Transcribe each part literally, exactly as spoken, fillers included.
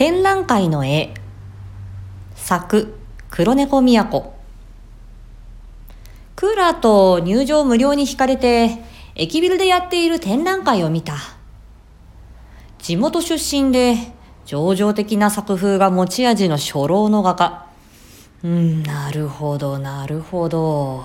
展覧会の絵、作、黒猫都。クーラーと入場無料に引かれて、駅ビルでやっている展覧会を見た。地元出身で、情状的な作風が持ち味の初老の画家。うん、なるほど、なるほど。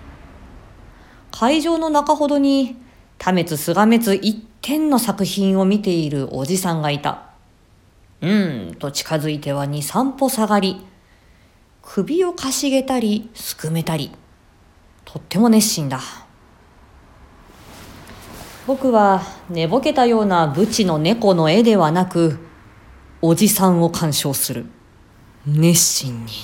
会場の中ほどに、多滅すが滅一点の作品を見ているおじさんがいた。うーんと近づいては二三歩下がり、首をかしげたりすくめたり、とっても熱心だ。僕は寝ぼけたようなブチの猫の絵ではなく、おじさんを鑑賞する。熱心に。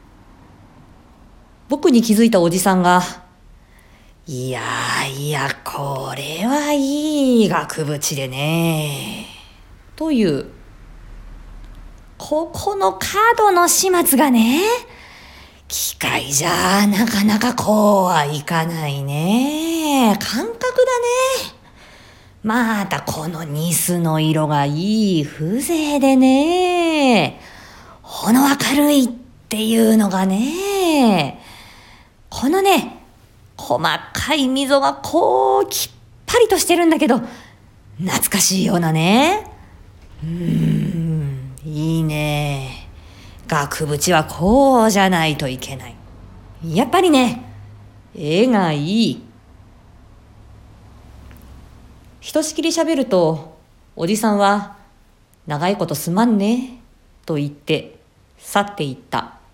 僕に気づいたおじさんが、いやいや、これはいい額縁でね。という。ここの角の始末がね、機械じゃなかなかこうはいかないね。感覚だね。またこのニスの色がいい風情でね。ほの明るいっていうのがね。このね、細かい溝がこうきっぱりとしてるんだけど、懐かしいようなね。うーん、いいね。額縁はこうじゃないといけない。やっぱりね、絵がいい。ひとしきり喋ると、おじさんは、長いことすまんね、と言って去っていった。